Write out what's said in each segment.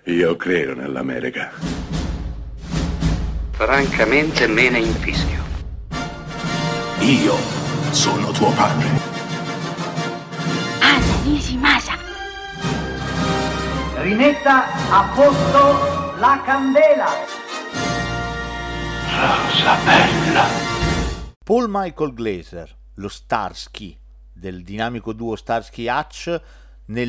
Io credo nell'America. Francamente me ne infischio. Io sono tuo padre. Anna Nishimasa. Rimetta a posto la candela. Rosa bella. Paul Michael Glaser, lo Starsky del dinamico duo Starsky-Hutch, nel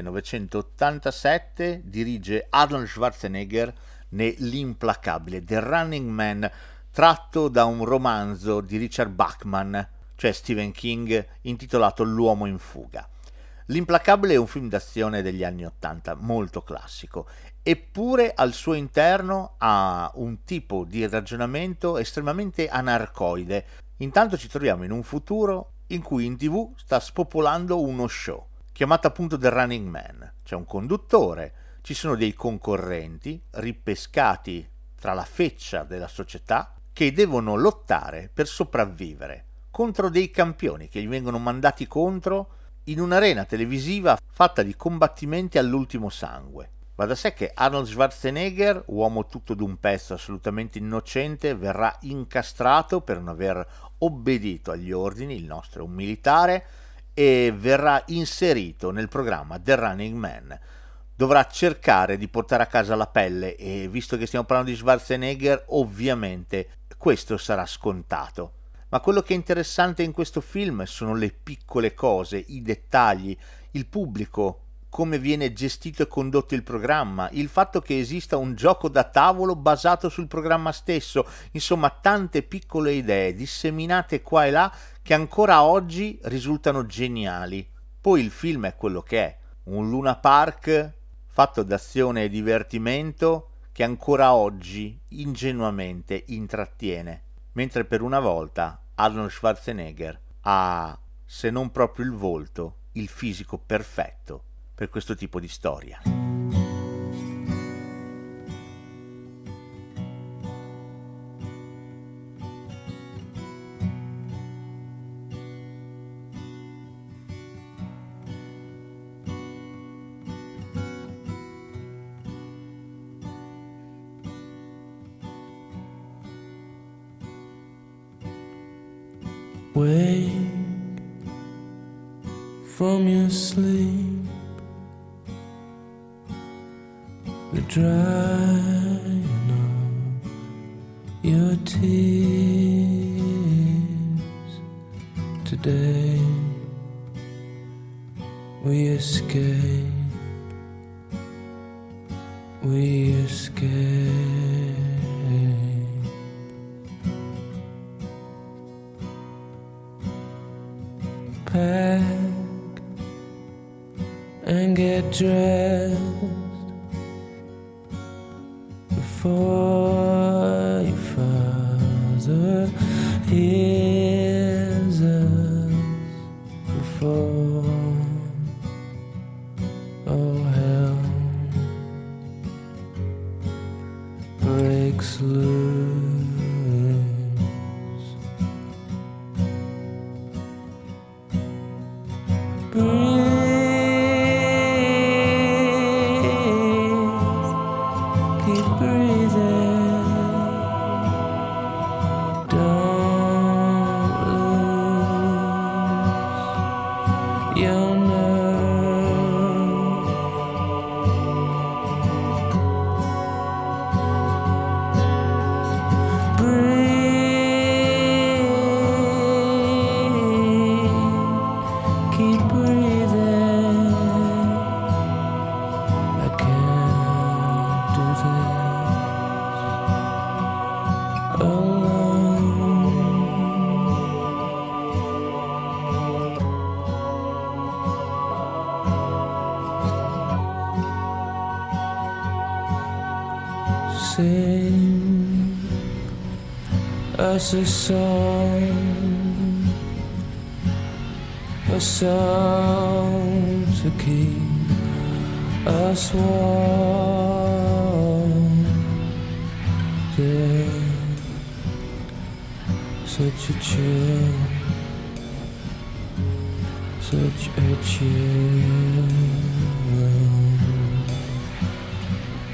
1987 dirige Arnold Schwarzenegger nell'implacabile The Running Man, tratto da un romanzo di Richard Bachman, cioè Stephen King, intitolato L'uomo in fuga. L'implacabile è un film d'azione degli anni '80, molto classico, eppure al suo interno ha un tipo di ragionamento estremamente anarcoide. Intanto ci troviamo in un futuro in cui in TV sta spopolando uno show chiamato appunto The Running Man. C'è un conduttore, ci sono dei concorrenti ripescati tra la feccia della società che devono lottare per sopravvivere contro dei campioni che gli vengono mandati contro in un'arena televisiva fatta di combattimenti all'ultimo sangue. Va da sé che Arnold Schwarzenegger, uomo tutto d'un pezzo, assolutamente innocente, verrà incastrato per non aver obbedito agli ordini, il nostro è un militare, e verrà inserito nel programma The Running Man. Dovrà cercare di portare a casa la pelle e, visto che stiamo parlando di Schwarzenegger, ovviamente questo sarà scontato. Ma quello che è interessante in questo film sono le piccole cose, i dettagli, il pubblico, come viene gestito e condotto il programma, il fatto che esista un gioco da tavolo basato sul programma stesso, insomma tante piccole idee disseminate qua e là che ancora oggi risultano geniali. Poi il film è quello che è, un Luna Park fatto d'azione e divertimento che ancora oggi ingenuamente intrattiene, mentre per una volta Arnold Schwarzenegger ha, se non proprio il volto, il fisico perfetto per questo tipo di storia. Wake from your sleep, the drying of your tears. Today we escape, we escape. Pack and get dressed before your father hears us, before all hell breaks loose. Sing us a song to keep us warm. Yeah, such a chill, such a chill.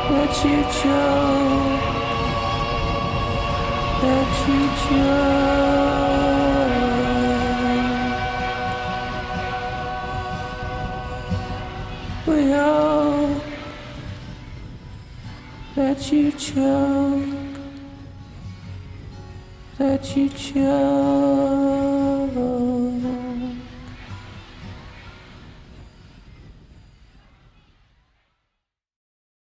that you choke, that you choke. We hope that you choke, that you choke.